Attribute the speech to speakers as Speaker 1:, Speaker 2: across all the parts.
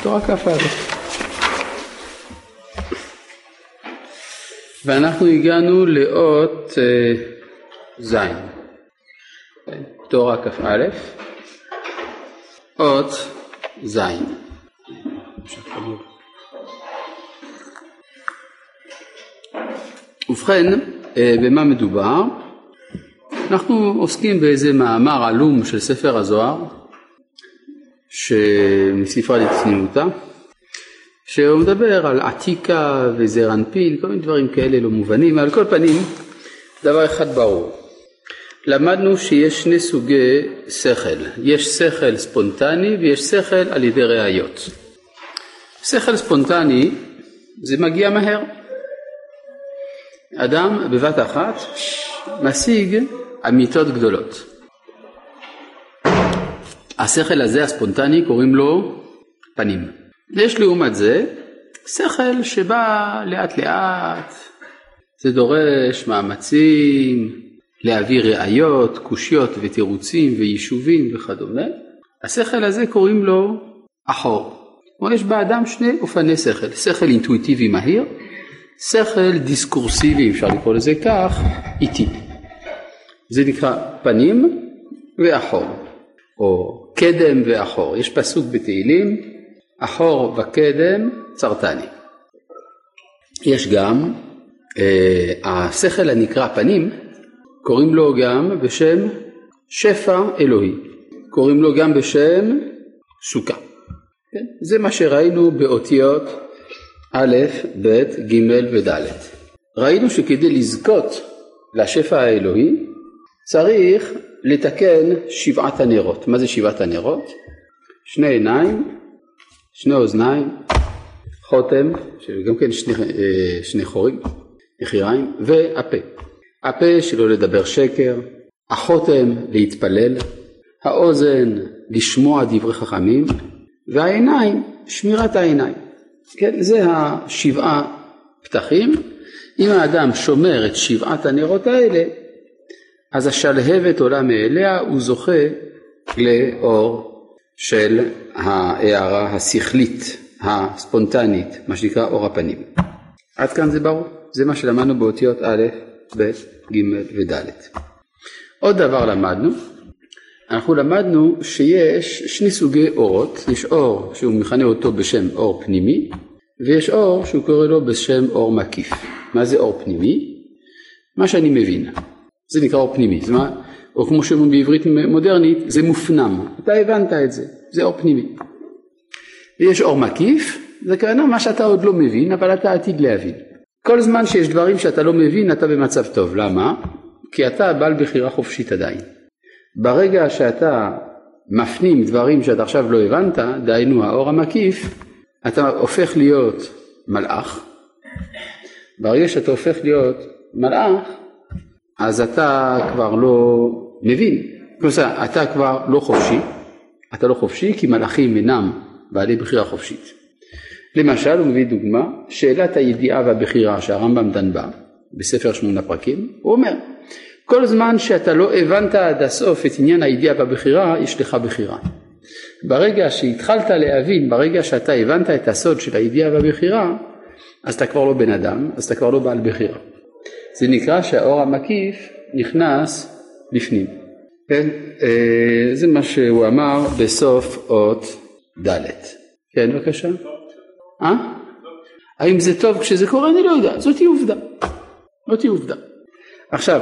Speaker 1: תורה כ"א. ואנחנו הגענו לאות ז', תורה כ"א, אות ז'. ובכן, במה מדובר? אנחנו עוסקים באיזה מאמר עלום של ספר הזוהר, מספרה לצניעותה, שהוא מדבר על עתיקה וזרנפיל, כל מיני דברים כאלה לא מובנים. על כל פנים, דבר אחד ברור. למדנו שיש שני סוגי שכל. יש שכל ספונטני ויש שכל על ידי ראיות. שכל ספונטני זה מגיע מהר. אדם בבת אחת משיג אמיתות גדולות. השכל הזה הספונטני קוראים לו פנים. יש לעומת זה שכל שבא לאט לאט, זה דורש מאמצים להביא ראיות, קושיות ותירוצים ויישובים וכדומה. השכל הזה קוראים לו אחור. יש באדם שני אופני שכל, שכל אינטואיטיבי מהיר, שכל דיסקורסיבי, אפשר לקרוא לזה כך, איטי. זה נקרא פנים ואחור, או קדם ואחור. יש פסוק בתהילים, אחור וקדם צרתני. יש גם השכל הנקרא פנים, קוראים לו גם בשם שפע אלוהי, קוראים לו גם בשם סוכה. כן? זה מה שראינו באותיות א', ב', ג' וד'. ראינו שכדי לזכות לשפע האלוהי צריך לתקן שבעת הנרות. מה זה שבעת הנרות? שני עיניים, שני אוזניים, חותם, שגם כן שני חורים, יחיריים, והפה. הפה שלא לדבר שקר, החותם להתפלל, האוזן לשמוע דברי חכמים, והעיניים שמירת העיניים. כן, זה השבעה פתחים. אם האדם שומר את שבעת הנרות האלה, אז השלהבת עולה מאליה, הוא זוכה לאור של ההערה השכלית, הספונטנית, מה שנקרא אור הפנים. עד כאן זה ברור. זה מה שלמדנו באותיות א', ב', ג' וד'. עוד דבר למדנו, אנחנו למדנו שיש שני סוגי אורות. יש אור שהוא מכנה אותו בשם אור פנימי, ויש אור שהוא קורא לו בשם אור מקיף. מה זה אור פנימי? מה שאני מבין. זה נקרא אור פנימי. זה מה? או כמו שאומרים בעברית מודרנית, זה מופנם. אתה הבנת את זה. זה אור פנימי. ויש אור מקיף, זה כנראה מה שאתה עוד לא מבין, אבל אתה עתיד להבין. כל זמן שיש דברים שאתה לא מבין, אתה במצב טוב. למה? כי אתה בעל בחירה חופשית עדיין. ברגע שאתה מפנים דברים שאתה עכשיו לא הבנת, דהיינו האור המקיף, אתה הופך להיות מלאך. ברגע שאתה הופך להיות מלאך, אז אתה כבר לא מבין. כלומר, אתה כבר לא חופשי. אתה לא חופשי כי מלאכים אינם בעלי בחירה חופשית. למשל, הוא מביא דוגמה, שאלת הידיעה והבחירה שהרמב"ם דן בה, בספר 8 פרקים, הוא אומר, כל זמן שאתה לא הבנת עד הסוף את עניין הידיעה והבחירה, יש לך בחירה. ברגע שהתחלת להבין, ברגע שאתה הבנת את הסוד של הידיעה והבחירה, אז אתה כבר לא בן אדם, אז אתה כבר לא בעל בחירה. זה נקרא שהאור המקיף נכנס לפנים. כן? זה מה שהוא אמר בסוף אות ד'. כן, בבקשה. האם זה טוב כשזה קורה? אני לא יודע. זאת היא עובדה. זאת היא עובדה. עכשיו,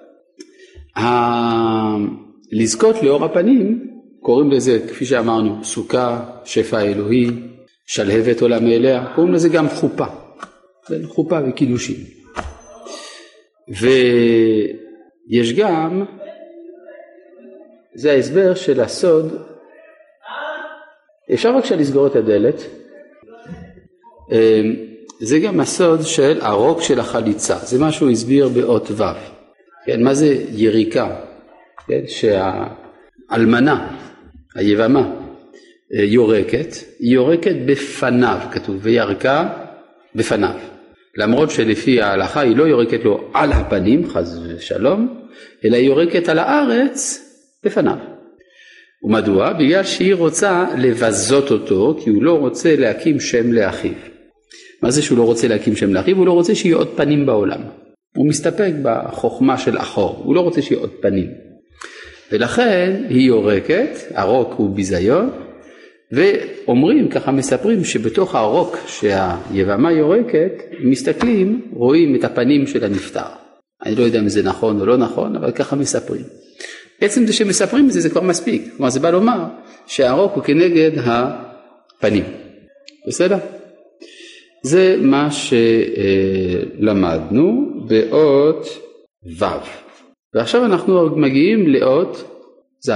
Speaker 1: לזכות לאור הפנים, קוראים לזה, כפי שאמרנו, סוכה, שפע אלוהי, שלהבת עולה מאליה, קוראים לזה גם חופה. חופה וקידושים. ויש גם, זה ההסבר של הסוד, אפשר בבקשה לסגור את הדלת, זה גם הסוד של הרוק של החליצה, זה מה שהוא הסביר באות ו'. כן, מה זה יריקה? כן, שהאלמנה, היבמה, יורקת, היא יורקת בפניו, כתוב, וירקה בפניו. למרות שלפי ההלכה היא לא יורקת לו על הפנים, חס ושלום, אלא היא יורקת על הארץ בפניו. ומדוע? בגלל שהיא רוצה לבזות אותו, כי הוא לא רוצה להקים שם לאחיו. מה זה שהוא לא רוצה להקים שם לאחיו? הוא לא רוצה שיהיה עוד פנים בעולם. הוא מסתפק בחוכמה של אחור, הוא לא רוצה שיהיה עוד פנים. ולכן היא יורקת, הרוק הוא ביזיון, ואומרים, ככה מספרים, שבתוך הרוק שהיבמה יורקת, מסתכלים, רואים את הפנים של הנפטר. אני לא יודע אם זה נכון או לא נכון, אבל ככה מספרים. בעצם זה שמספרים את זה, זה כבר מספיק. כלומר, זה בא לומר שהרוק הוא כנגד הפנים. בסדר? זה מה שלמדנו באות ו'. ועכשיו אנחנו מגיעים לאות ז'.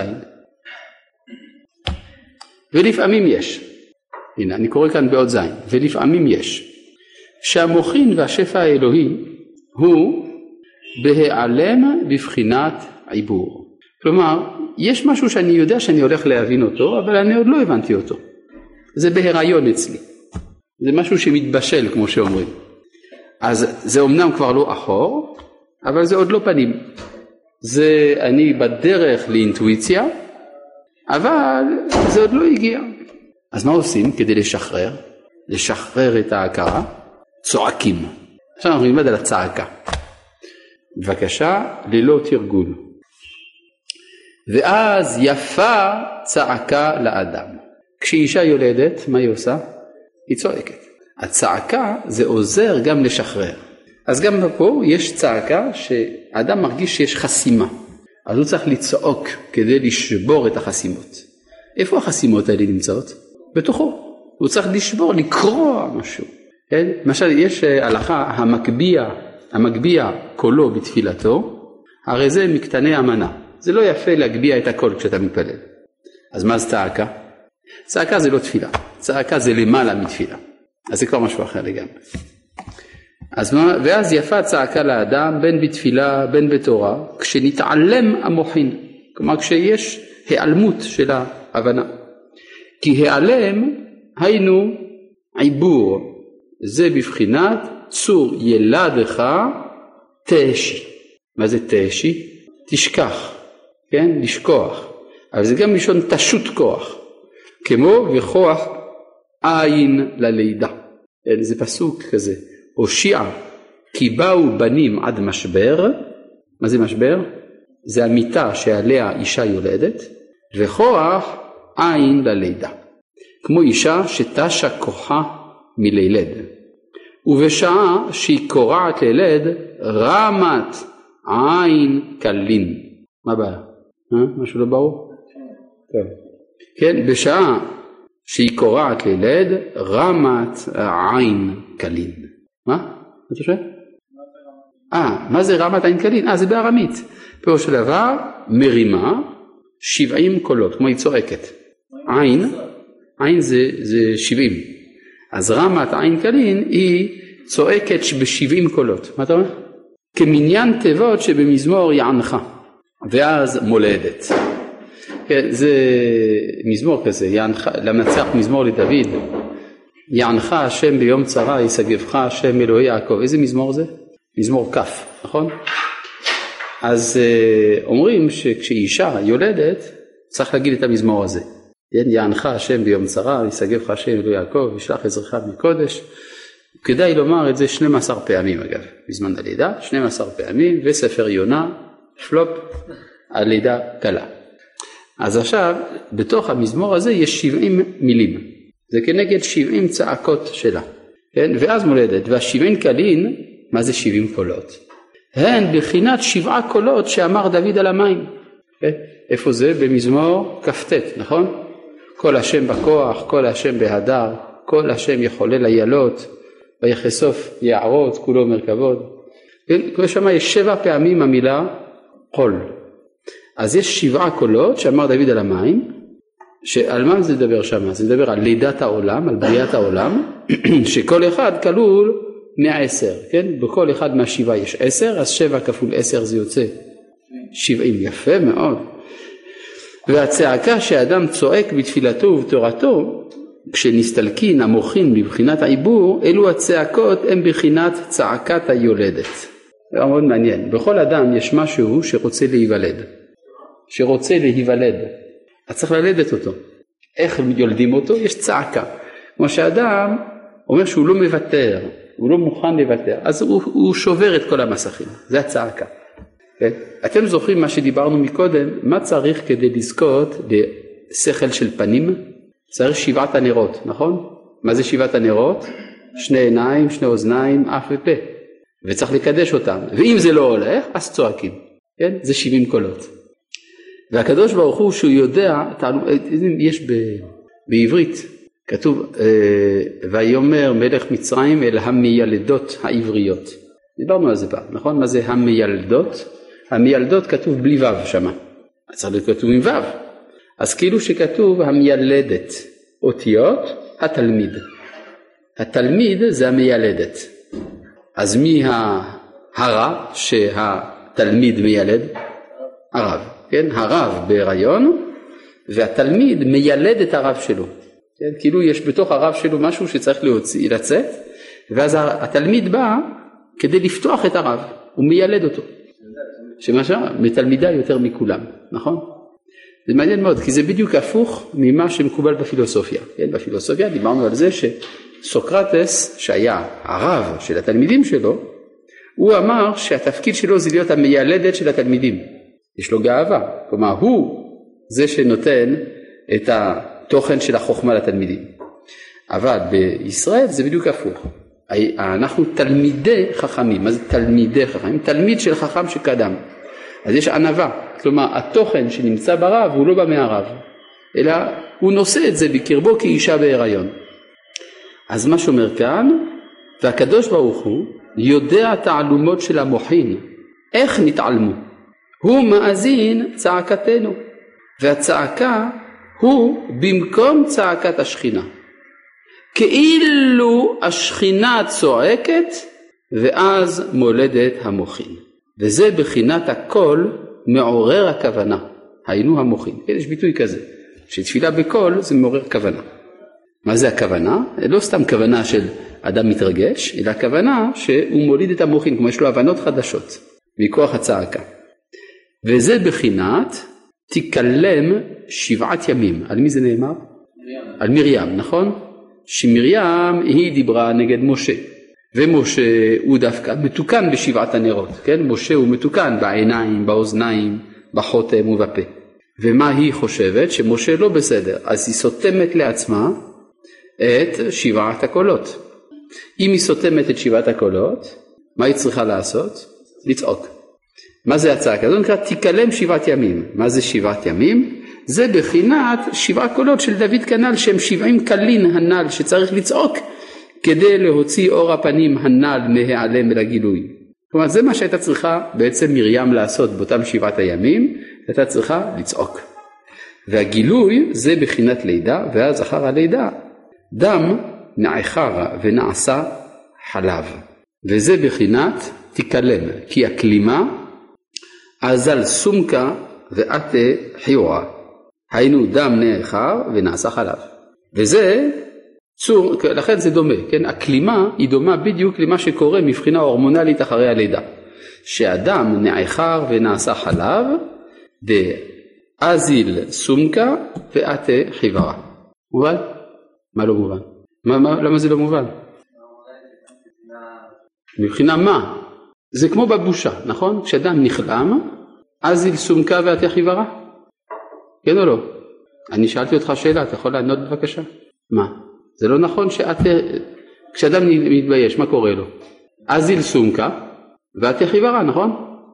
Speaker 1: ולפעמים יש. הנה, אני קורא כאן באות ז'. ולפעמים יש. שהמוחין והשפע האלוהי הוא בהיעלם בבחינת עיבור. כלומר, יש משהו שאני יודע שאני הולך להבין אותו, אבל אני עוד לא הבנתי אותו. זה בהיריון אצלי. זה משהו שמתבשל, כמו שאומרים. אז זה אומנם כבר לא אחור, אבל זה עוד לא פנים. זה אני בדרך לאינטואיציה, אבל זה עוד לא הגיע. אז מה עושים כדי לשחרר? לשחרר את ההכרה? צועקים. עכשיו אנחנו נלמד על הצעקה. בבקשה, ללא תרגול. ואז יפה צעקה לאדם. כשאישה יולדת, מה היא עושה? היא צועקת. הצעקה זה עוזר גם לשחרר. אז גם פה יש צעקה שאדם מרגיש שיש חסימה. אז הוא צריך לצעוק כדי לשבור את החסימות. איפה החסימות האלה נמצאות? בתוכו. הוא צריך לשבור, לקרוע משהו. כן? למשל, יש הלכה המגביה קולו בתפילתו, הרי זה מקטני המנה. זה לא יפה להגביה את הקול כשאתה מתפלל. אז מה זה צעקה? צעקה זה לא תפילה. צעקה זה למעלה מתפילה. אז זה כבר משהו אחר לגמרי. ואז יפה צעקה לאדם בין בתפילה בין בתורה, כשנתעלם המוחין. כלומר כשיש העלמות של ההבנה. כי העלם היינו עיבור. זה בבחינת צור ילדך תשי. מה זה תשי? תשכח. כן? לשכוח. אבל זה גם לשון תשות כוח. כמו וכוח עין ללידה. זה פסוק כזה. הושיע כי באו בנים עד משבר. מה זה משבר? זה המיטה שעליה אישה יולדת. וכוח עין ללידה. כמו אישה שתשה כוחה מלילד. ובשעה שהיא קורעת לילד רמת עין קלין. מה הבעיה? משהו לא ברור? טוב. כן, בשעה שהיא קורעת לילד רמת עין קלין. מה? אתה שואל? מה זה רמת עין קלין? זה בארמית. פירוש של דבר מרימה 70 קולות, כמו היא צועקת. עין זה 70. אז רמת עין קלין היא צועקת ב70 קולות. מה אתה אומר? כמניין תיבות שבמזמור יענך. ואז מולדת. זה מזמור כזה, למנצח מזמור לדוד. יענך השם ביום צרה, ישגבך השם אלוהי יעקב. איזה מזמור זה? מזמור כף, נכון? אז אומרים שכשאישה יולדת, צריך להגיד את המזמור הזה. יענך השם ביום צרה, ישגבך השם אלוהי יעקב, ישלח עזרך מקודש. כדאי לומר את זה 12 פעמים אגב, בזמן הלידה, 12 פעמים, וספר יונה, פלופ, הלידה קלה. אז עכשיו, בתוך המזמור הזה יש 70 מילים. זה כנגד 70 צעקות שלה. כן? ואז מולדת, וה70 קלין, מה זה 70 קולות? הן בחינת 7 קולות שאמר דוד על המים. כן? איפה זה? במזמור כ"ט, נכון? כל השם בכוח, כל השם בהדר, כל השם יחולל איילות, ויחשוף יערות, כולו מרכבות. כן? כל שמה יש 7 פעמים המילה קול. אז יש 7 קולות שאמר דוד על המים, שעל מה זה מדבר שם? זה מדבר על לידת העולם, על בריאת העולם, שכל אחד כלול 110, כן? בכל אחד מה7 יש 10, אז 7 כפול 10 זה יוצא 70, יפה מאוד. והצעקה שהאדם צועק בתפילתו ובתורתו, כשנסתלקין המוחין בבחינת העיבור, אלו הצעקות הם בבחינת צעקת היולדת. זה מאוד מעניין. בכל אדם יש משהו שרוצה להיוולד. אז צריך ללדת אותו. איך יולדים אותו? יש צעקה. כמו שאדם אומר שהוא לא מוותר, הוא לא מוכן לוותר, אז הוא שובר את כל המסכים, זה הצעקה. כן? אתם זוכרים מה שדיברנו מקודם, מה צריך כדי לזכות לשכל של פנים? צריך 7 הנרות, נכון? מה זה 7 הנרות? 2 עיניים, 2 אוזניים, אף ופה. וצריך לקדש אותם. ואם זה לא הולך, אז צועקים. כן? זה 70 קולות. והקדוש ברוך הוא שהוא יודע, יש בעברית, כתוב, ויאמר מלך מצרים אל המילדות העבריות. דיברנו על זה פעם, נכון? מה זה המילדות? המילדות כתוב בלי וו שמה. אז צריך להיות כתוב עם וו. אז כאילו שכתוב המילדת, אותיות התלמיד. התלמיד זה המילדת. אז מי הרב שהתלמיד מילד? הרב, כן? הרב בהיריון, והתלמיד מילד את הרב שלו. כן? כאילו יש בתוך הרב שלו משהו שצריך לצאת, ואז התלמיד בא כדי לפתוח את הרב, הוא מילד אותו. שמשהו, מתלמידה יותר מכולם, נכון? זה מעניין מאוד, כי זה בדיוק הפוך ממה שמקובל בפילוסופיה. כן? בפילוסופיה דיברנו על זה שסוקרטס, שהיה הרב של התלמידים שלו, הוא אמר שהתפקיד שלו זה להיות המילדת של התלמידים. יש לו גאווה, כלומר הוא זה שנותן את התוכן של החוכמה לתלמידים. אבל בישראל זה בדיוק הפוך. אנחנו תלמידי חכמים. מה זה תלמידי חכמים? תלמיד של חכם שקדם. אז יש ענווה, כלומר התוכן שנמצא ברב הוא לא בא מהרב, אלא הוא נושא את זה בקרבו כאישה בהיריון. אז מה שאומר כאן, והקדוש ברוך הוא יודע תעלומות של המוחין. איך נתעלמו? הוא מאזין צעקתנו, והצעקה הוא במקום צעקת השכינה. כאילו השכינה צועקת ואז מולדת המוחין. וזה בחינת הקול מעורר הכוונה, היינו המוחין. יש ביטוי כזה, שתפילה בקול זה מעורר כוונה. מה זה הכוונה? לא סתם כוונה של אדם מתרגש, אלא הכוונה שהוא מוליד את המוחין, כמו יש לו הבנות חדשות, מכוח הצעקה. וזה בחינת תיקלם 7 ימים. על מי זה נאמר? מרים. על מרים, נכון? שמרים היא דיברה נגד משה. ומשה הוא דווקא מתוקן ב7 הנרות, כן? משה הוא מתוקן בעיניים, באוזניים, בחותם ובפה. ומה היא חושבת? שמשה לא בסדר, אז היא סותמת לעצמה את 7 הקולות. אם היא סותמת את 7 הקולות, מה היא צריכה לעשות? לצעוק. מה זה הצעקה? זאת נקרא תיקלם 7 ימים. מה זה 7 ימים? זה בחינת 7 קולות של דוד כנל, שהם 70 קלין הנ"ל שצריך לצעוק כדי להוציא אור הפנים הנ"ל מהיעלם אל הגילוי. כלומר זה מה שהייתה צריכה בעצם מרים לעשות באותם 7 הימים, הייתה צריכה לצעוק. והגילוי זה בחינת לידה, ואז אחר הלידה דם נעכר ונעשה חלב. וזה בחינת תיקלם, כי הכלימה אזל סומקה ואתה חיורה. היינו דם נעכר ונעשה חלב. וזה צור, לכן זה דומה, כן? הכלימה היא דומה בדיוק למה שקורה מבחינה הורמונלית אחרי הלידה. שהדם נעכר ונעשה חלב, דאזיל סומקה ואתה חיוורה. מובן? מה לא מובן? למה זה לא מובן? מבחינה מה? זה כמו בבושה, נכון? כשאדם נכלם, אזיל סומקה ואתה חיוורה? כן או לא? אני שאלתי אותך שאלה, אתה יכול לענות בבקשה? מה? זה לא נכון כשאדם מתבייש, מה קורה לו? אזיל סומקה ואתה חיוורה, נכון?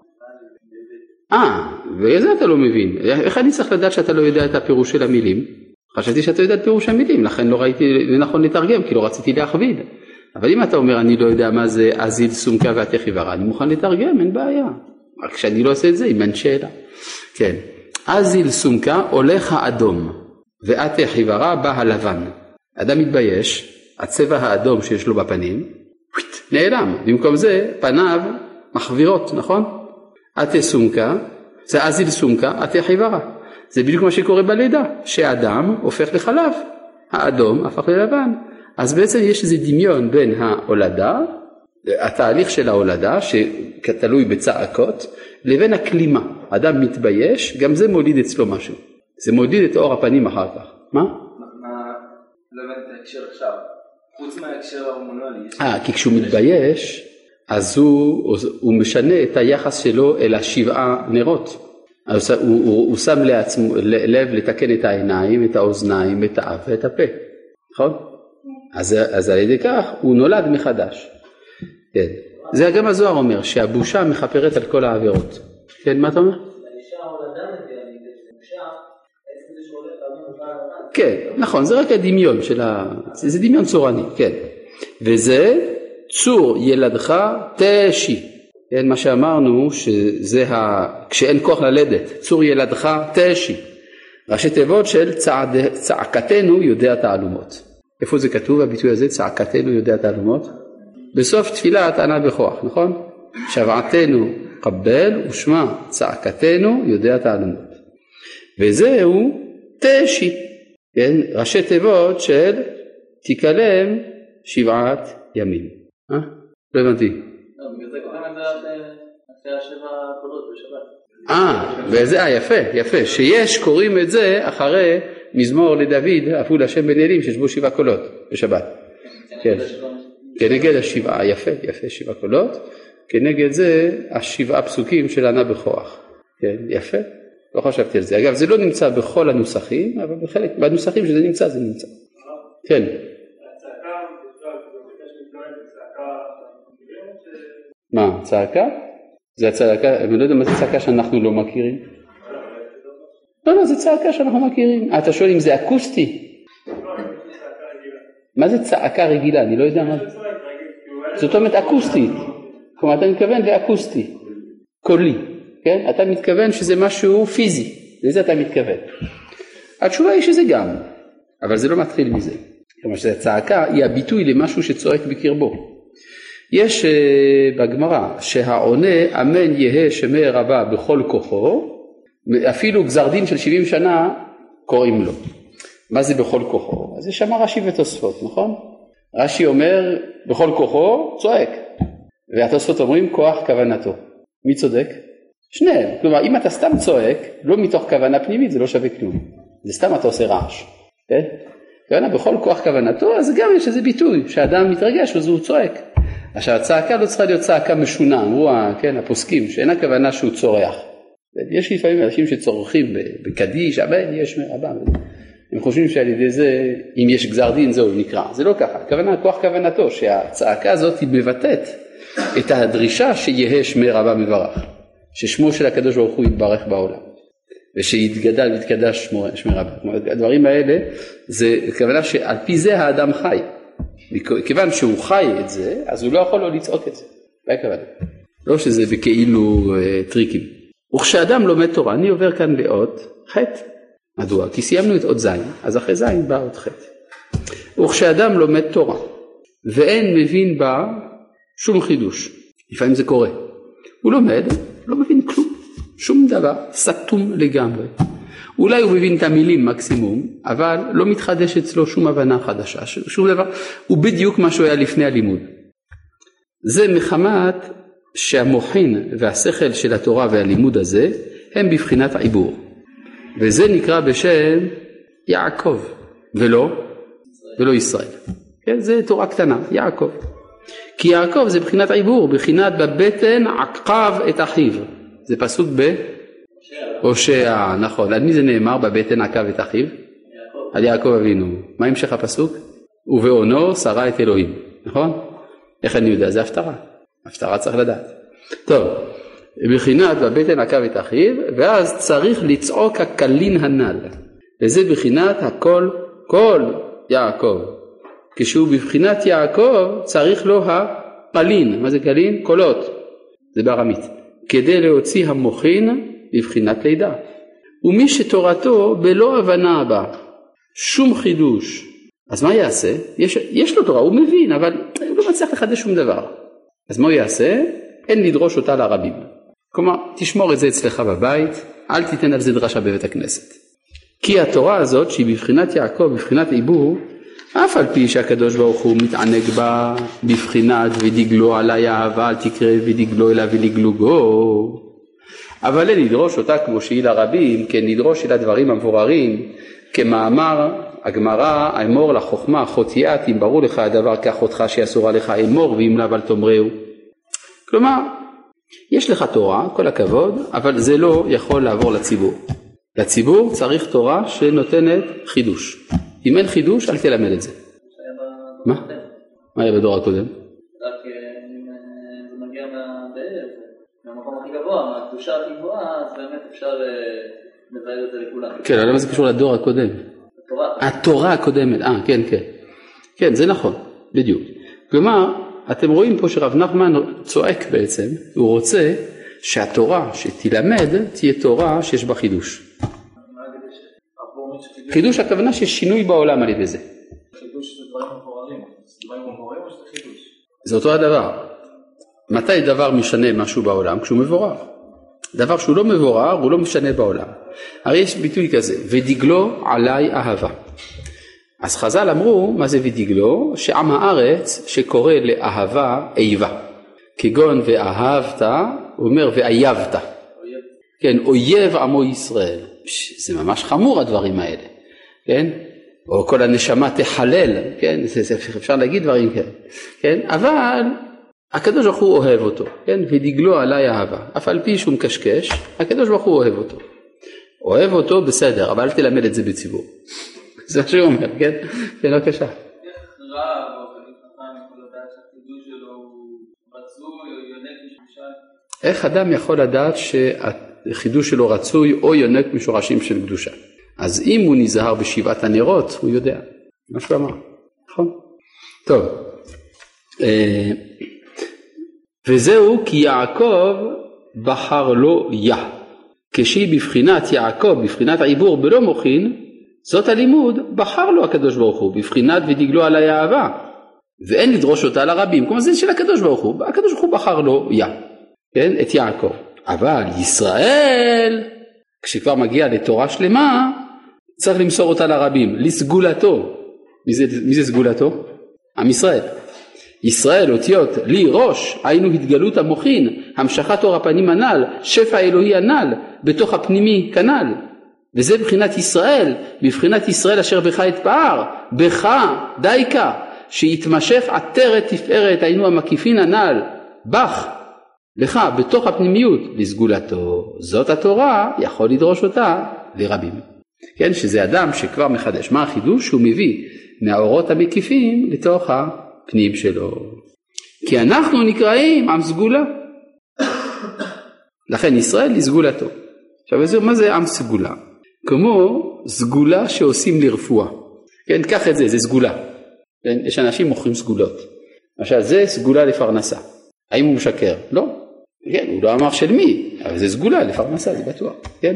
Speaker 1: וזה אתה לא מבין. איך אני צריך לדעת שאתה לא יודע את הפירוש של המילים? חשבתי שאתה יודע את פירוש המילים, לכן לא ראיתי לנכון לתרגם, כי לא רציתי להכביד. אבל אם אתה אומר אני לא יודע מה זה אזיל סומקה ואתה חיוורה, אני מוכן לתרגם, אין בעיה. רק כשאני לא עושה את זה, אם אין שאלה. כן. אזיל סומקה הולך האדום, ואתה חיוורה בא הלבן. אדם מתבייש, הצבע האדום שיש לו בפנים, נעלם. במקום זה, פניו מחבירות, נכון? אתה סומקה, זה אזיל סומקה, אתה חיוורה. זה בדיוק מה שקורה בלידה, שהאדם הופך לחלב, האדום הפך ללבן. אז בעצם יש איזה דמיון בין ההולדה, התהליך של ההולדה, שתלוי בצעקות, לבין הכלימה. אדם מתבייש, גם זה מוליד אצלו משהו. זה מודיד את אור הפנים אחר כך. מה?
Speaker 2: לא הבנתי את ההקשר עכשיו. חוץ מההקשר ההורמונלי.
Speaker 1: כי כשהוא מתבייש, אז הוא משנה את היחס שלו אל השבעה נרות. הוא שם לעצמו לב לתקן את העיניים, את האוזניים, את האף ואת הפה. נכון? אז על ידי כך הוא נולד מחדש. כן. זה גם הזוהר אומר, שהבושה מחפרת על כל העבירות. כן, מה אתה אומר? כן, נכון, זה רק הדמיון זה דמיון צורני, כן. וזה צור ילדך תשי. כן, מה שאמרנו שזה כשאין כוח ללדת, צור ילדך תשי. ראשי תיבות של צעקתנו יודע תעלומות. איפה זה כתוב הביטוי הזה, צעקתנו יודע תעלומות? בסוף תפילת ענה בכוח, נכון? שבעתנו קבל ושמע צעקתנו יודע תעלומות. וזהו תשי, כן? ראשי תיבות של תקלם 7 ימים. לא הבנתי.
Speaker 2: בגלל זה קוראים את זה אחרי 7 קולות בשבת.
Speaker 1: יפה, שיש קוראים את זה אחרי מזמור לדוד, אפו להשם בן אלים, שיש בו 7 קולות בשבת. כן. כנגד 7, יפה, 7 קולות, כנגד זה 7 פסוקים של ענה בכוח. כן, יפה, לא חשבתי על זה. אגב, זה לא נמצא בכל הנוסחים, אבל בחלק, בנוסחים שזה נמצא, זה נמצא. כן. מה, צעקה? זה הצעקה, אני לא יודע מה זה צעקה שאנחנו לא מכירים. לא, זה צעקה שאנחנו מכירים. אתה שואל אם זה אקוסטי? מה זה צעקה רגילה? אני לא יודע מה זה. זאת אומרת אקוסטית. כלומר, אתה מתכוון לאקוסטי, קולי. כן? אתה מתכוון שזה משהו פיזי. לזה אתה מתכוון. התשובה היא שזה גם, אבל זה לא מתחיל מזה. כלומר, שהצעקה היא הביטוי למשהו שצועק בקרבו. יש בגמרא שהעונה אמן יהא שמי רבה בכל כוחו, אפילו גזר דין של 70 שנה קוראים לו. מה זה בכל כוחו? אז יש שם רש"י ותוספות, נכון? רש"י אומר בכל כוחו צועק, והתוספות אומרים כוח כוונתו. מי צודק? שניהם. כלומר, אם אתה סתם צועק, לא מתוך כוונה פנימית, זה לא שווה כלום. זה סתם אתה עושה רעש. כן? כוונה בכל כוח כוונתו, אז גם יש איזה ביטוי, שהאדם מתרגש וזה הוא צועק. עכשיו, הצעקה לא צריכה להיות צעקה משונה, אמרו הפוסקים, שאין הכוונה שהוא צורח. יש לפעמים אנשים שצורכים בקדיש, אמן, יש אבא. הם חושבים שעל ידי זה, אם יש גזר דין, זהו נקרא. זה לא ככה. הכוונה, כוח כוונתו, שהצעקה הזאת היא מבטאת את הדרישה שיהיה שמי רבה מברך. ששמו של הקדוש ברוך הוא יתברך בעולם. ושיתגדל ויתקדש שמי רבה. הדברים האלה, זה כוונה שעל פי זה האדם חי. כיוון שהוא חי את זה, אז הוא לא יכול לא לצעוק את זה. לא שזה בכאילו טריקים. וכשאדם לומד תורה, אני עובר כאן לאות חטא. מדוע? כי סיימנו את אות זין, אז אחרי זין בא אות חטא. וכשאדם לומד תורה, ואין מבין בה שום חידוש, לפעמים זה קורה. הוא לומד, לא מבין כלום, שום דבר, סתום לגמרי. אולי הוא מבין את המילים מקסימום, אבל לא מתחדש אצלו שום הבנה חדשה, שום דבר, הוא בדיוק מה שהוא היה לפני הלימוד. זה מחמת שהמוחין והשכל של התורה והלימוד הזה, הם בבחינת העיבור. וזה נקרא בשם יעקב, ולא ישראל. כן, זה תורה קטנה, יעקב. כי יעקב זה בבחינת עיבור, בבחינת בבטן עקב את אחיו. זה פסוק הושע, נכון. על מי זה נאמר בבטן עקב את אחיו? על יעקב אבינו. מה המשך הפסוק? ובעונו שרה את אלוהים, נכון? איך אני יודע? זה הפטרה. הפטרה צריך לדעת. טוב, בחינת בבטן עקב את אחיו, ואז צריך לצעוק הקלין הנ"ל. וזה בחינת הכל, כל יעקב. כשהוא בבחינת יעקב, צריך לו הקלין. מה זה קלין? קולות. זה בארמית. כדי להוציא המוחין בבחינת לידה. ומי שתורתו בלא הבנה בה, שום חידוש. אז מה יעשה? יש לו תורה, הוא מבין, אבל הוא לא מצליח לחדש שום דבר. אז מה הוא יעשה? אין לדרוש אותה לרבים. כלומר, תשמור את זה אצלך בבית, אל תיתן על זה דרשה בבית הכנסת. כי התורה הזאת, שהיא בבחינת יעקב, בבחינת עיבור, אף על פי שהקדוש ברוך הוא מתענג בה בבחינת ודגלו עלי אהבה, אל תקרא ודגלו אלא ולגלוגו. אבל אין לדרוש אותה כמו שהיא לרבים, כן לדרוש אל הדברים המבוררים, כמאמר הגמרא, אמור לחוכמה חוטיית, אם ברור לך הדבר כאחותך שאסורה לך אמור, ואם לאו אל תאמרהו. כלומר, יש לך תורה, כל הכבוד, אבל זה לא יכול לעבור לציבור. לציבור צריך תורה שנותנת חידוש. אם אין חידוש, אל תלמד את זה. מה? מה היה בדור הקודם?
Speaker 2: רק אם זה מגיע מהמקום הכי גבוה, מהקדושה הכי גבוהה, אז באמת אפשר לבאר את זה לכולם.
Speaker 1: כן, למה זה קשור לדור הקודם? התורה הקודמת, כן, כן. כן, זה נכון, בדיוק. כלומר, אתם רואים פה שרב נחמן צועק בעצם, הוא רוצה שהתורה שתלמד תהיה תורה שיש בה חידוש. חידוש הכוונה שיש שינוי בעולם על ידי זה.
Speaker 2: חידוש זה דברים מבוררים, דברים מבוררים או שזה חידוש?
Speaker 1: זה אותו הדבר. מתי דבר משנה משהו בעולם? כשהוא מבורר. דבר שהוא לא מבורר הוא לא משנה בעולם. הרי יש ביטוי כזה, ודגלו עליי אהבה. אז חז"ל אמרו, מה זה ודגלו? שעם הארץ שקורא לאהבה איבה. כגון ואהבת, הוא אומר ואייבת. כן, אויב עמו ישראל. זה ממש חמור הדברים האלה. כן? או כל הנשמה תחלל, כן? אפשר להגיד דברים כאלה. כן? אבל הקדוש ברוך הוא אוהב אותו. כן? ודגלו עליי אהבה. אף על פי שהוא מקשקש, הקדוש ברוך הוא אוהב אותו. אוהב אותו בסדר, אבל אל תלמד את זה בציבור. זה מה שהוא אומר, כן? כן, לא קשה.
Speaker 2: איך רב או חכם יכול לדעת שהחידוש שלו הוא רצוי או יונק משורשים?
Speaker 1: איך אדם יכול לדעת שהחידוש שלו רצוי או יונק משורשים של קדושה? אז אם הוא נזהר בשבעת הנרות, הוא יודע. מה שהוא אמר, נכון? טוב. וזהו כי יעקב בחר לו כשהיא בבחינת יעקב, בבחינת העיבור בלא מוכין, זאת הלימוד, בחר לו הקדוש ברוך הוא, בבחינת ודגלו עלי אהבה, ואין לדרוש אותה לרבים, כמו זה של הקדוש ברוך הוא, הקדוש ברוך הוא בחר לו כן, את יעקב. אבל ישראל, כשכבר מגיע לתורה שלמה, צריך למסור אותה לרבים, לסגולתו. מי זה סגולתו? עם ישראל. ישראל אותיות לי ראש, היינו התגלות המוחין, המשכת אור הפנים הנ"ל, שפע אלוהי הנ"ל, בתוך הפנימי כנ"ל. וזה בחינת ישראל, בבחינת ישראל אשר בך התפאר, בך דייקה, שיתמשך עטרת תפארת, היינו המקיפין הנ"ל, בך, לך, בתוך הפנימיות, לסגולתו. זאת התורה, יכול לדרוש אותה לרבים. כן, שזה אדם שכבר מחדש. מה החידוש? שהוא מביא מהאורות המקיפים לתוך הפנים שלו. כי אנחנו נקראים עם סגולה. לכן ישראל לסגולתו. עכשיו, מה זה עם סגולה? כמו סגולה שעושים לרפואה. כן, קח את זה, זה סגולה. כן, יש אנשים מוכרים סגולות. עכשיו, זה סגולה לפרנסה. האם הוא משקר? לא. כן, הוא לא אמר של מי, אבל זה סגולה לפרנסה, זה בטוח. כן?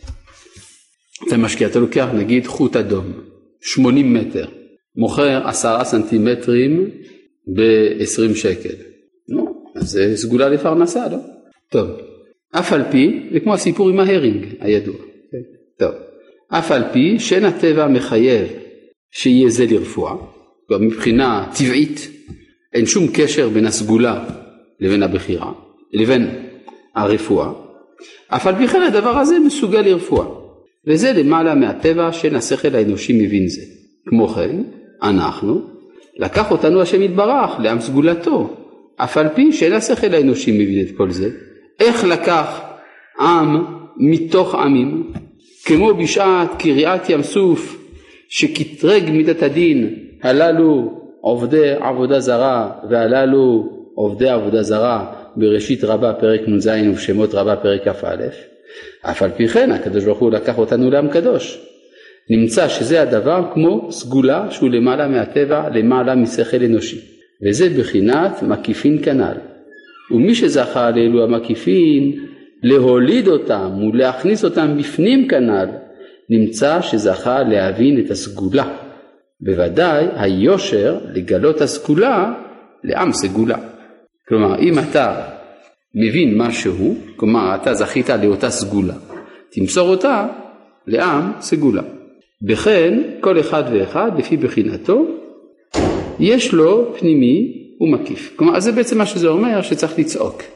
Speaker 1: אתה משקיע, אתה לוקח נגיד חוט אדום, 80 מטר, מוכר 10 סנטימטרים ב-20 שקל. נו, אז זה סגולה לפרנסה, לא? טוב. אף על פי, זה כמו הסיפור עם ההרינג הידוע. טוב. אף על פי שאין הטבע מחייב שיהיה זה לרפואה, מבחינה טבעית, אין שום קשר בין הסגולה לבין הבחירה, לבין הרפואה. אף על פי כן הדבר הזה מסוגל לרפואה. וזה למעלה מהטבע של השכל האנושי מבין זה. כמו כן, אנחנו, לקח אותנו השם יתברך לעם סגולתו, אף על פי שאין השכל האנושי מבין את כל זה. איך לקח עם מתוך עמים, כמו בשעת קריאת ים סוף, שקטרג מידת הדין, הללו עובדי עבודה זרה, והללו עובדי עבודה זרה, בראשית רבה פרק נ"ז ושמות רבה פרק כ"א. אף על פי כן הקדוש ברוך הוא לקח אותנו לעם קדוש. נמצא שזה הדבר כמו סגולה שהוא למעלה מהטבע, למעלה משכל אנושי. וזה בחינת מקיפין כנ"ל. ומי שזכה לאלו המקיפין, להוליד אותם ולהכניס אותם בפנים כנ"ל, נמצא שזכה להבין את הסגולה. בוודאי היושר לגלות הסגולה לעם סגולה. כלומר, אם אתה מבין משהו, כלומר אתה זכית לאותה סגולה, תמסור אותה לעם סגולה. בכן כל אחד ואחד לפי בחינתו יש לו פנימי ומקיף. כלומר, אז זה בעצם מה שזה אומר, שצריך לצעוק.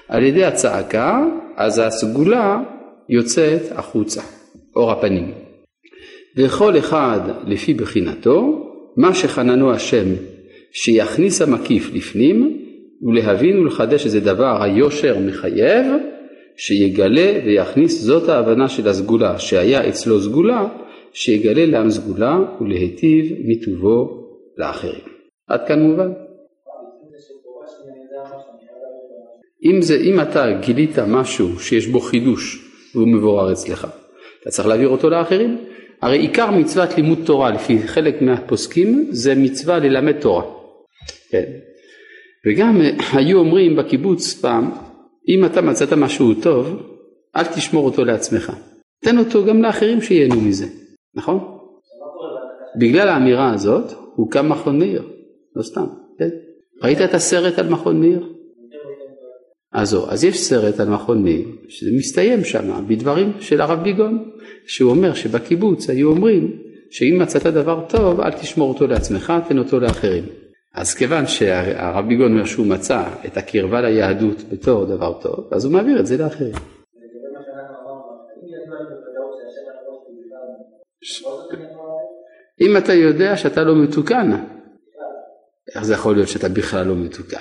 Speaker 1: על ידי הצעקה, אז הסגולה יוצאת החוצה, אור הפנים. וכל אחד לפי בחינתו, מה שחננו השם שיכניס המקיף לפנים, ולהבין ולחדש איזה דבר היושר מחייב, שיגלה ויכניס, זאת ההבנה של הסגולה, שהיה אצלו סגולה, שיגלה לעם סגולה ולהיטיב מטובו לאחרים. עד כאן מובן? אם אתה גילית משהו שיש בו חידוש והוא מבורר אצלך, אתה צריך להעביר אותו לאחרים. הרי עיקר מצוות לימוד תורה לפי חלק מהפוסקים זה מצווה ללמד תורה. כן. וגם היו אומרים בקיבוץ פעם, אם אתה מצאת משהו טוב, אל תשמור אותו לעצמך. תן אותו גם לאחרים שיהנו מזה. נכון? בגלל האמירה הזאת הוקם מכון מאיר. לא סתם. כן? ראית את הסרט על מכון מאיר? אז יש סרט על מכון מאיר, שזה מסתיים שם בדברים של הרב ביגון, שהוא אומר שבקיבוץ היו אומרים שאם מצאת דבר טוב, אל תשמור אותו לעצמך, תן אותו לאחרים. אז כיוון שהרב ביגון אומר שהוא מצא את הקרבה ליהדות בתור דבר טוב, אז הוא מעביר את זה לאחרים. אם אתה יודע שאתה לא מתוקן, איך זה יכול להיות שאתה בכלל לא מתוקן?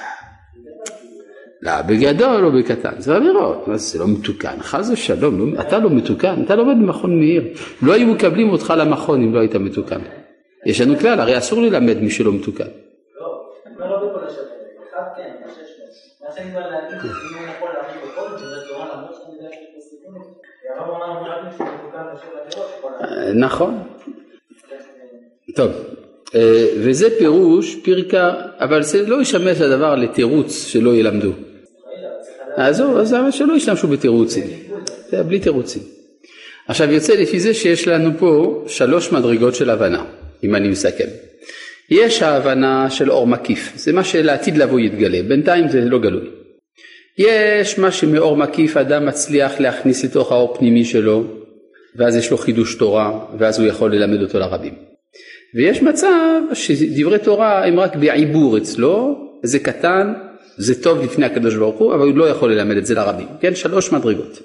Speaker 1: לא, בגדול או בקטן, זה אמירות, זה לא מתוקן, חס ושלום, אתה לא מתוקן, אתה לא עובד במכון מאיר, לא היו מקבלים אותך למכון אם לא היית מתוקן. יש לנו כלל, הרי אסור ללמד מי שלא מתוקן.
Speaker 2: לא, אני לא בכל השאלה, אחד כן, מה שאני כבר להגיד, אם הוא יכול להגיד בכל, זה תורה למרות שאני יודע שיש פה סיכון, הרב אמר רק שהוא מתוקן לשאלה לראות. נכון.
Speaker 1: טוב. וזה פירוש פרקה, אבל זה לא ישמש לדבר לתירוץ שלא ילמדו. אז שלא ישתמשו בתירוצים, זה בלי תירוצים. עכשיו יוצא לפי זה שיש לנו פה 3 מדרגות של הבנה, אם אני מסכם. יש ההבנה של אור מקיף, זה מה שלעתיד לבוא יתגלה, בינתיים זה לא גלוי. יש מה שמאור מקיף אדם מצליח להכניס לתוך האור פנימי שלו, ואז יש לו חידוש תורה, ואז הוא יכול ללמד אותו לרבים. ויש מצב שדברי תורה הם רק בעיבור אצלו, זה קטן, זה טוב לפני הקדוש ברוך הוא, אבל הוא לא יכול ללמד את זה לרבים. כן, 3 מדרגות.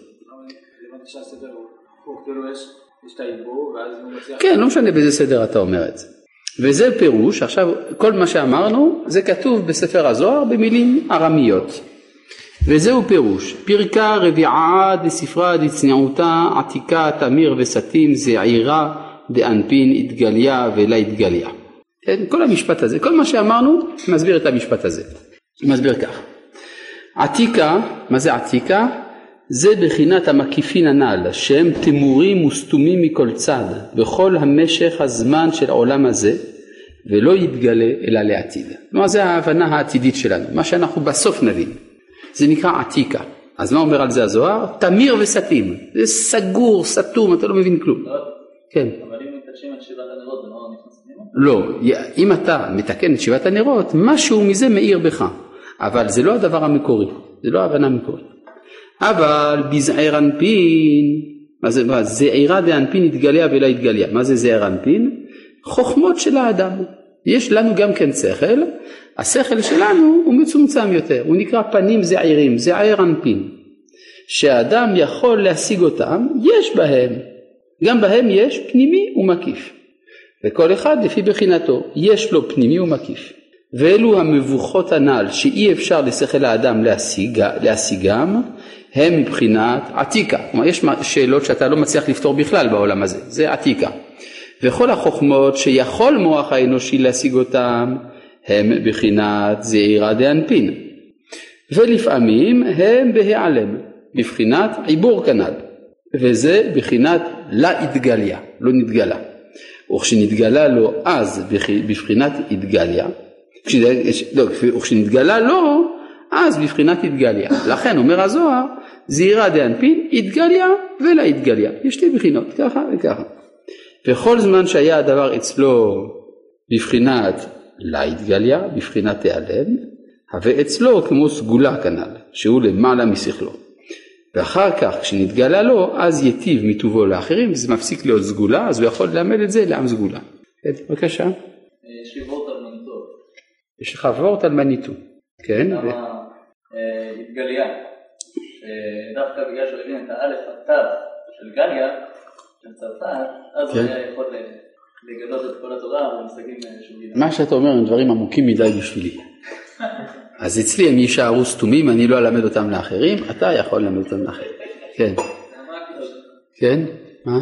Speaker 1: כן, לא משנה באיזה סדר אתה אומר את זה. וזה פירוש, עכשיו כל מה שאמרנו זה כתוב בספר הזוהר במילים ארמיות. וזהו פירוש, פרקה רביעה דספרה דצניעותה עתיקה תמיר וסתים זעירה דאנפין התגליה ולה התגליה. כן? כל המשפט הזה, כל מה שאמרנו מסביר את המשפט הזה. מסביר כך. עתיקה, מה זה עתיקה? זה בחינת המקיפין הנ"ל, שהם תמורים וסתומים מכל צד, בכל המשך הזמן של העולם הזה, ולא יתגלה אלא לעתיד. כלומר, זה ההבנה העתידית שלנו, מה שאנחנו בסוף נבין. זה נקרא עתיקה. אז מה אומר על זה הזוהר? תמיר וסתים. זה סגור, סתום, אתה לא מבין כלום. כן.
Speaker 2: אבל אם מתקשים את שבעת הנרות, זה לא נכנס פנימה?
Speaker 1: לא, אם אתה מתקן את שבעת הנרות, משהו מזה מאיר בך. אבל זה לא הדבר המקורי, זה לא ההבנה המקורית. אבל בזעיר אנפין, מה זה? זעירה דאנפין התגליה ולא התגליה. מה זה זעיר אנפין? חוכמות של האדם. יש לנו גם כן שכל, השכל שלנו הוא מצומצם יותר, הוא נקרא פנים זעירים, זעיר אנפין. שהאדם יכול להשיג אותם, יש בהם. גם בהם יש פנימי ומקיף. וכל אחד לפי בחינתו, יש לו פנימי ומקיף. ואלו המבוכות הנ"ל שאי אפשר לשכל האדם להשיגם, הם מבחינת עתיקה. כלומר, יש שאלות שאתה לא מצליח לפתור בכלל בעולם הזה, זה עתיקה. וכל החוכמות שיכול מוח האנושי להשיג אותם, הם בחינת זעירה דאנפין. ולפעמים הם בהיעלם, בבחינת עיבור כנ"ל. וזה בחינת לה התגליה, לא נתגלה. וכשנתגלה לו אז בבחינת התגליה, וכשנתגלה לו אז בבחינת התגליה. לכן אומר הזוהר, זעירה דאנפין, התגליה ולה התגליה. יש 2 בחינות, ככה וככה. וכל זמן שהיה הדבר אצלו בבחינת לה התגליה, בבחינת תיעלם, הווה אצלו כמו סגולה כנ"ל, שהוא למעלה משכלו. ואחר כך כשנתגלה לו, אז יטיב מטובו לאחרים, וזה מפסיק להיות סגולה, אז הוא יכול ללמד את זה לעם סגולה. בבקשה.
Speaker 2: יש לי וורט על מניטו.
Speaker 1: יש לך וורט על מניטו. כן.
Speaker 2: התגליה, דווקא בגלל שהוא הבין את האלף התו של גליה, של צרפת, אז הוא היה יכול לגלות את כל התורה במושגים שהוא גילה.
Speaker 1: מה שאתה אומר הם דברים עמוקים מדי בשבילי. אז אצלי הם יישארו סתומים, אני לא אלמד אותם לאחרים, אתה יכול ללמד אותם לאחרים. כן. כן? מה?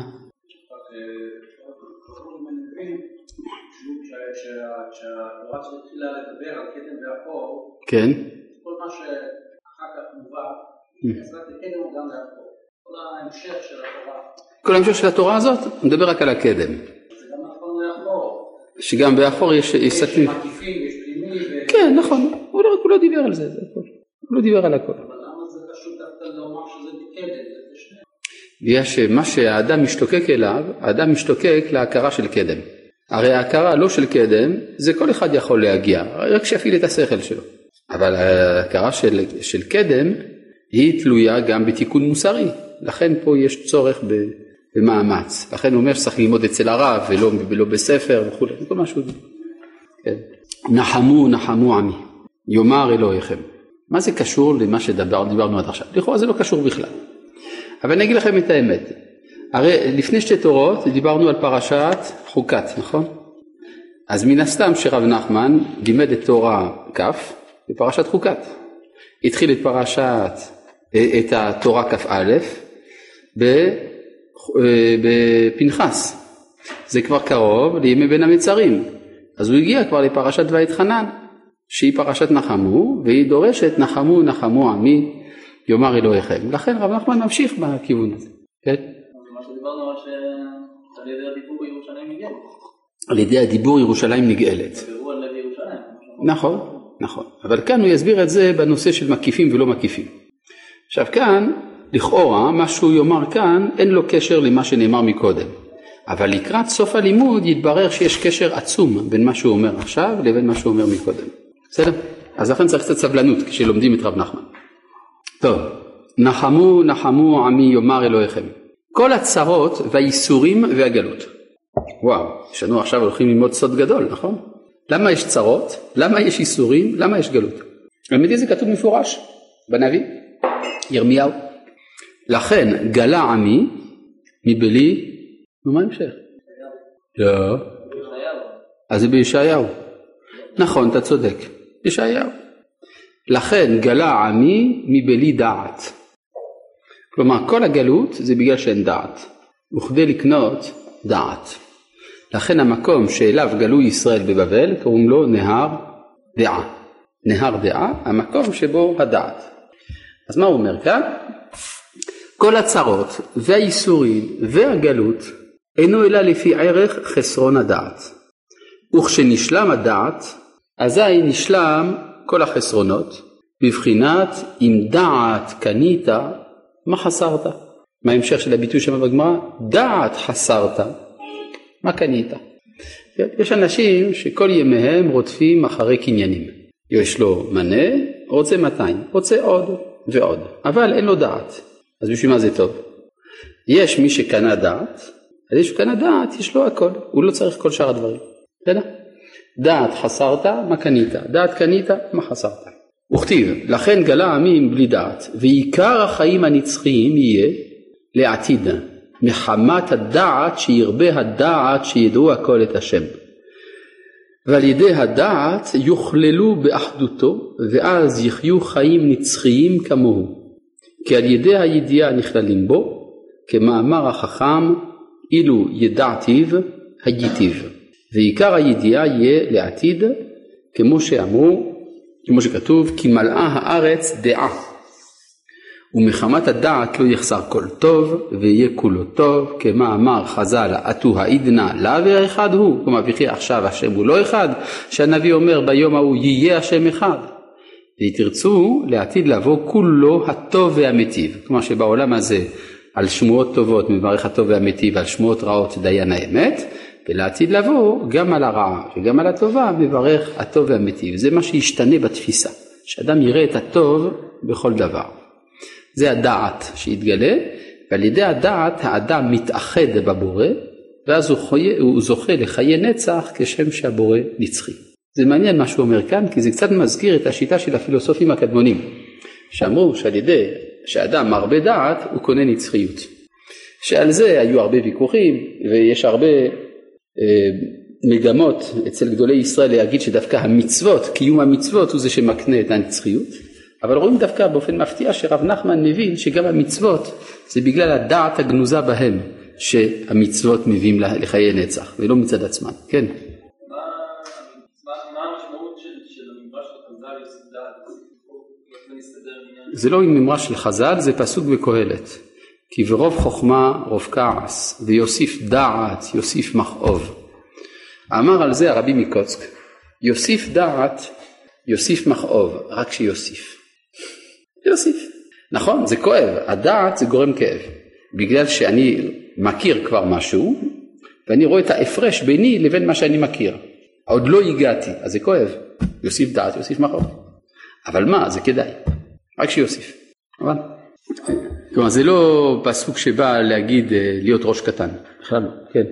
Speaker 3: כשהתורה התחילה לדבר על קדם ואחור,
Speaker 1: כן.
Speaker 3: כל מה שאחר כך מובא, אז רק לקדם הוא גם לאחור. כל ההמשך של התורה.
Speaker 1: כל ההמשך של התורה הזאת, הוא מדבר רק על הקדם.
Speaker 3: זה גם נכון לאחור.
Speaker 1: שגם באחור יש סתמים.
Speaker 3: יש מקיפים, יש פנימי.
Speaker 1: כן, נכון. הוא לא דיבר על זה. הוא לא דיבר על הכל.
Speaker 3: אבל למה זה פשוט דווקא לומר שזה בקדם?
Speaker 1: יש מה שהאדם משתוקק אליו, האדם משתוקק להכרה של קדם. הרי ההכרה לא של קדם, זה כל אחד יכול להגיע, רק שיפעיל את השכל שלו. אבל ההכרה של קדם היא תלויה גם בתיקון מוסרי. לכן פה יש צורך במאמץ. לכן הוא אומר שצריך ללמוד אצל הרב ולא בספר וכו'. כל משהו. כן. נחמו עמי, יאמר אלוהיכם. מה זה קשור למה שדיברנו עד עכשיו? לכאורה זה לא קשור בכלל. אבל אני אגיד לכם את האמת. הרי לפני שתי תורות דיברנו על פרשת חוקת, נכון? אז מן הסתם שרב נחמן לימד את תורה כף בפרשת חוקת. התחיל את התורה כף א' בפנחס. זה כבר קרוב לימי בין המצרים. אז הוא הגיע כבר לפרשת ואתחנן, שהיא פרשת נחמו, והיא דורשת נחמו עמי יאמר אלוהיכם. לכן רב נחמן ממשיך בכיוון הזה. כן?
Speaker 2: דיברנו על ידי הדיבור ירושלים נגאלת.
Speaker 1: על ידי הדיבור ירושלים נגאלת.
Speaker 2: דיברו על לב ירושלים.
Speaker 1: נכון. אבל כאן הוא יסביר את זה בנושא של מקיפים ולא מקיפים. עכשיו כאן, לכאורה, מה שהוא יאמר כאן, אין לו קשר למה שנאמר מקודם. אבל לקראת סוף הלימוד יתברר שיש קשר עצום בין מה שהוא אומר עכשיו לבין מה שהוא אומר מקודם. בסדר? אז לכן צריך קצת סבלנות כשלומדים את רב נחמן. טוב, נחמו עמי יאמר אלוהיכם. כל הצרות והייסורים והגלות. וואו, ישנו עכשיו הולכים ללמוד סוד גדול, נכון? למה יש צרות? למה יש ייסורים? למה יש גלות? האמת זה כתוב מפורש בנביא, ירמיהו. לכן גלה עמי מבלי, מה המשך? לא. אז זה בישעיהו. נכון, אתה צודק. בישעיהו. לכן גלה עמי מבלי דעת. כלומר, כל הגלות זה בגלל שאין דעת. וכדי לקנות דעת. לכן המקום שאליו גלו ישראל בבבל, קוראים לו נהר דעה. נהר דעה, המקום שבו הדעת. אז מה הוא אומר כאן? כל הצרות והייסורים והגלות אינו אלא לפי ערך חסרון הדעת. וכשנשלם הדעת, אזי נשלם כל החסרונות, בבחינת אם דעת קנית, מה חסרת? מה ההמשך של הביטוי שם בגמרא? דעת חסרת, מה קנית? יש אנשים שכל ימיהם רודפים אחרי קניינים. יש לו מנה, רוצה 200, רוצה עוד ועוד, אבל אין לו דעת. אז בשביל מה זה טוב? יש מי שקנה דעת, אז יש שקנה דעת, יש לו הכל, הוא לא צריך כל שאר הדברים. בסדר? דעת חסרת, מה קנית? דעת קנית, מה חסרת? וכתיב, לכן גלה עמים בלי דעת, ועיקר החיים הנצחיים יהיה לעתיד, מחמת הדעת שירבה הדעת שידעו הכל את השם. ועל ידי הדעת יוכללו באחדותו, ואז יחיו חיים נצחיים כמוהו. כי על ידי הידיעה נכללים בו, כמאמר החכם, אילו ידעתיו, הייתיו. ועיקר הידיעה יהיה לעתיד, כמו שאמרו, כמו שכתוב, כי מלאה הארץ דעה. ומחמת הדעת לא יחסר כל טוב, ויהיה כולו טוב, כמה אמר חז"ל, עטו העידנא לה ואחד הוא. כלומר, וכי עכשיו השם הוא לא אחד, שהנביא אומר ביום ההוא יהיה השם אחד. ותרצו לעתיד לבוא כולו הטוב והמיטיב. כלומר שבעולם הזה על שמועות טובות מברך הטוב והמיטיב, על שמועות רעות דיין האמת, ולעתיד לבוא גם על הרעה וגם על הטובה מברך הטוב והמיטיב. זה מה שישתנה בתפיסה, שאדם יראה את הטוב בכל דבר. זה הדעת שיתגלה, ועל ידי הדעת האדם מתאחד בבורא, ואז הוא זוכה לחיי נצח כשם שהבורא נצחי. זה מעניין מה שהוא אומר כאן, כי זה קצת מזכיר את השיטה של הפילוסופים הקדמונים, שאמרו שעל ידי שאדם מרבה דעת הוא קונה נצחיות. שעל זה היו הרבה ויכוחים ויש הרבה מגמות אצל גדולי ישראל להגיד שדווקא המצוות, קיום המצוות הוא זה שמקנה את הנצחיות. אבל רואים דווקא באופן מפתיע שרב נחמן מבין שגם המצוות זה בגלל הדעת הגנוזה בהם שהמצוות מביאים לחיי נצח ולא מצד עצמן. כן.
Speaker 3: מה המשמעות של הממרה של חז"ל יוסיף דעת?
Speaker 1: זה לא ממרה של חז"ל, זה פסוק בקהלת. כי ברוב חוכמה רוב כעס ויוסיף דעת יוסיף מכאוב. אמר על זה הרבי מקוצק, יוסיף דעת יוסיף מכאוב, רק שיוסיף. יוסיף. נכון, זה כואב, הדעת זה גורם כאב. בגלל שאני מכיר כבר משהו, ואני רואה את ההפרש ביני לבין מה שאני מכיר. עוד לא הגעתי, אז זה כואב. יוסיף דעת יוסיף מכאוב. אבל מה, זה כדאי. רק שיוסיף. אבל... כלומר, זה לא פסוק שבא להגיד להיות ראש קטן. בכלל, כן.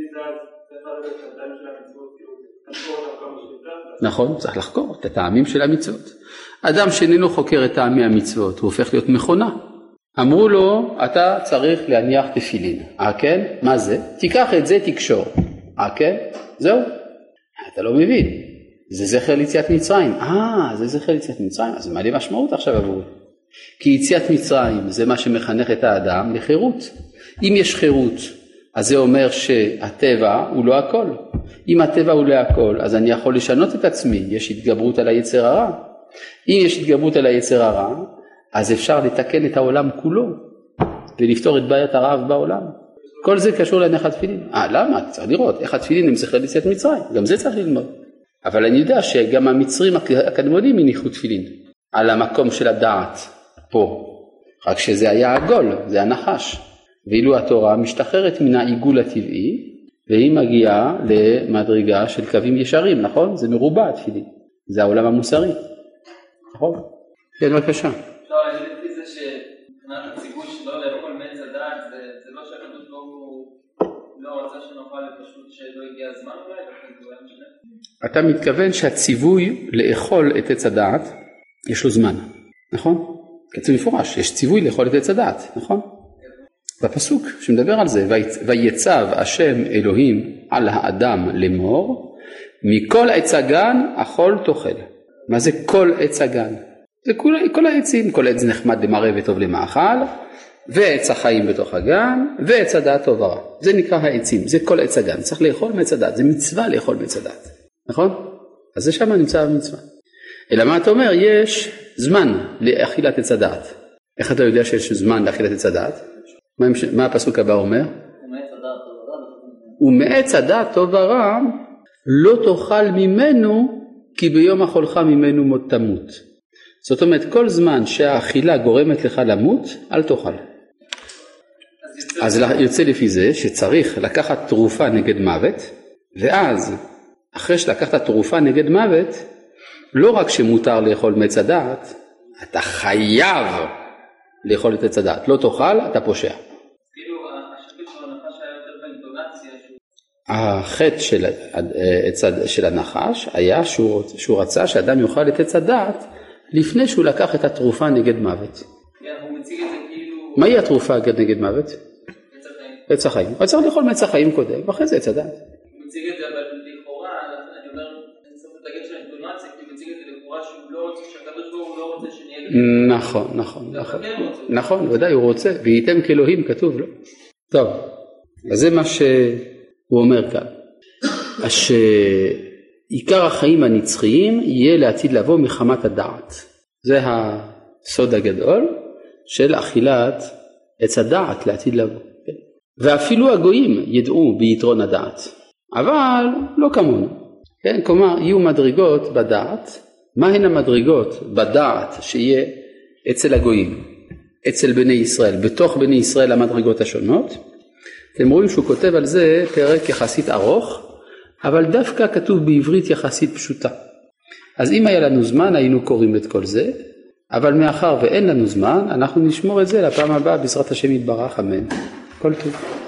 Speaker 1: נכון, צריך לחקור את הטעמים של המצוות. אדם שאיננו חוקר את טעמי המצוות, הוא הופך להיות מכונה. אמרו לו, אתה צריך להניח תפילין. כן? מה זה? תיקח את זה, תקשור. כן? זהו. אתה לא מבין. זה זכר ליציאת מצרים. זה זכר ליציאת מצרים. אז זה מעלה משמעות עכשיו עבור. כי יציאת מצרים זה מה שמחנך את האדם לחירות. אם יש חירות, אז זה אומר שהטבע הוא לא הכל. אם הטבע הוא לא הכל, אז אני יכול לשנות את עצמי. יש התגברות על היצר הרע. אם יש התגברות על היצר הרע, אז אפשר לתקן את העולם כולו, ולפתור את בעיית הרעב בעולם. כל זה קשור להנחת תפילין. למה? צריך לראות איך התפילין הם זכר ליציאת מצרים. גם זה צריך ללמוד. אבל אני יודע שגם המצרים הקדמונים הניחו תפילין על המקום של הדעת פה. רק שזה היה עגול, זה הנחש. ואילו התורה משתחררת מן העיגול הטבעי, והיא מגיעה למדרגה של קווים ישרים, נכון? זה מרובע התפילין. זה העולם המוסרי. נכון? כן, בבקשה.
Speaker 3: לא, אני לפי זה שמבחינת הציווי שלא לאכול מעץ הדעת, זה לא שהקדוש ברוך הוא לא רצה שנוכל פשוט שלא הגיע הזמן אולי,
Speaker 1: אתה מתכוון שהציווי לאכול את עץ הדעת, יש לו זמן, נכון? כתוב מפורש, יש ציווי לאכול את עץ הדעת, נכון? בפסוק שמדבר על זה, ויצב השם אלוהים על האדם לאמור, מכל עץ הגן אכול תאכל. מה זה כל עץ הגן? זה כל העצים, כל עץ נחמד למראה וטוב למאכל, ועץ החיים בתוך הגן, ועץ הדעת טוב ורע. זה נקרא העצים, זה כל עץ הגן. צריך לאכול מעץ הדעת, זה מצווה לאכול מעץ הדעת. נכון? אז זה שם נמצא במצווה. אלא מה אתה אומר? יש זמן לאכילת עץ הדעת. איך אתה יודע שיש זמן לאכילת עץ הדעת? מה הפסוק הבא אומר? ומעץ הדעת טוב ורע לא תאכל ממנו, כי ביום אכולך ממנו מות תמות. זאת אומרת, כל זמן שהאכילה גורמת לך למות, אל תאכל. אז יוצא לפי זה שצריך לקחת תרופה נגד מוות, ואז אחרי שלקחת תרופה נגד מוות, לא רק שמותר לאכול מעץ הדעת, אתה חייב לאכול את עץ הדעת. לא תאכל, אתה פושע.
Speaker 3: כאילו השפיט של הנחש היה יותר באינטונציה.
Speaker 1: החטא של הנחש היה שהוא רצה שאדם יאכל את עץ הדעת, לפני שהוא לקח את התרופה נגד מוות.
Speaker 3: הוא מציג את זה כאילו...
Speaker 1: מהי התרופה נגד מוות? עץ החיים. הוא צריך לאכול מעץ החיים קודם, ואחרי זה עץ הדעת.
Speaker 3: הוא מציג את זה, אבל לכאורה, אני אומר, אני צריך לתגד של האינטונציה, כי הוא מציג את זה לכאורה שהוא לא רוצה, שהקדוש ברוך הוא לא רוצה שנהיה...
Speaker 1: נכון, ודאי הוא רוצה, וייתם כאלוהים כתוב לו. טוב, אז זה מה שהוא אומר כאן. עיקר החיים הנצחיים יהיה לעתיד לבוא מחמת הדעת. זה הסוד הגדול של אכילת עץ הדעת לעתיד לבוא. ואפילו הגויים ידעו ביתרון הדעת, אבל לא כמונו. כן? כלומר, יהיו מדרגות בדעת. מהן המדרגות בדעת שיהיה אצל הגויים, אצל בני ישראל, בתוך בני ישראל המדרגות השונות? אתם רואים שהוא כותב על זה פרק יחסית ארוך, אבל דווקא כתוב בעברית יחסית פשוטה. אז אם היה לנו זמן היינו קוראים את כל זה, אבל מאחר ואין לנו זמן, אנחנו נשמור את זה לפעם הבאה בעזרת השם יתברך, אמן. כל טוב.